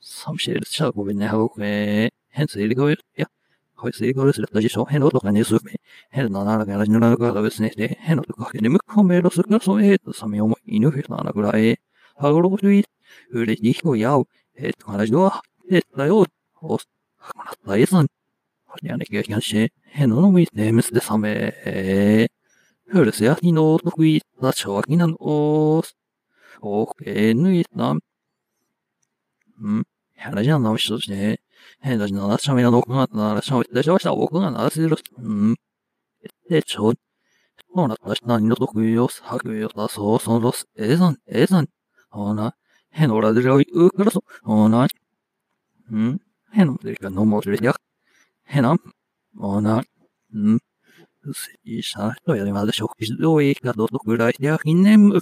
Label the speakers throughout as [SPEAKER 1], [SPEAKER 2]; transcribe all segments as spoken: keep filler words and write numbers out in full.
[SPEAKER 1] Samtidigt så går vi ned med hensidig går ja. Høysidig går det ikke så hen og kan jeg søke med hen og annen gang når det går snitt det hen og kan jeg komme og søke så er det samme om inu helt annen grei. Har du ut hur det gick och jag het kan jag då het det jo och kan det är sån. Har jag inte kanske hen och vi nämns det samma hur det ser att ni nå och vi att så att innan oss och nu i namn 음, 하나지 않나 없어, 네. 해나 나 참이나 놓고 나 참, 내가 저 오고 나 쓰러 음, 에 저, 어나 다시 나 이노 도구요 사고요 나서 선로스 에선 에선 어나 해노라들이 으 그래서 어나 음, 해노들이가 너무 어들이야 해남 어나 음, 이사 또やりまで食事どういかどうぐらいやひねむ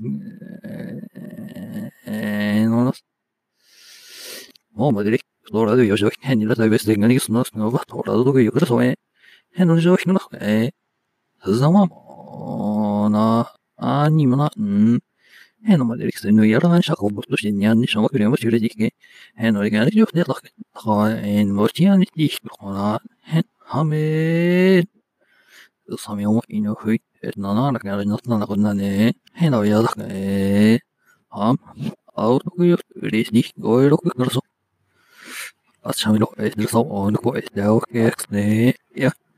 [SPEAKER 1] えの어, 뭐들이, 돌아도 요즘 헨이라 다이베스 댕간이 스노 스노가 돌아도 그 요그라 소에 헨은 저 힘나 에 그자마 뭐나 아니면나 음 헨은 뭐들이 스노 야란 샤고 부터 신년이 좀 그래요 줄이게 헨은 이게 아니죠 내가 다엔 뭐지안이 이거나 헨 하메 사미오 이노 후이 나나나 그냥 나타나 건나네 헨은 야다 에 암 아우토요 리스니 고이로 그래서 아, 참이로, 애들 서, 어느 거, 애들, 오케이, 네, 야.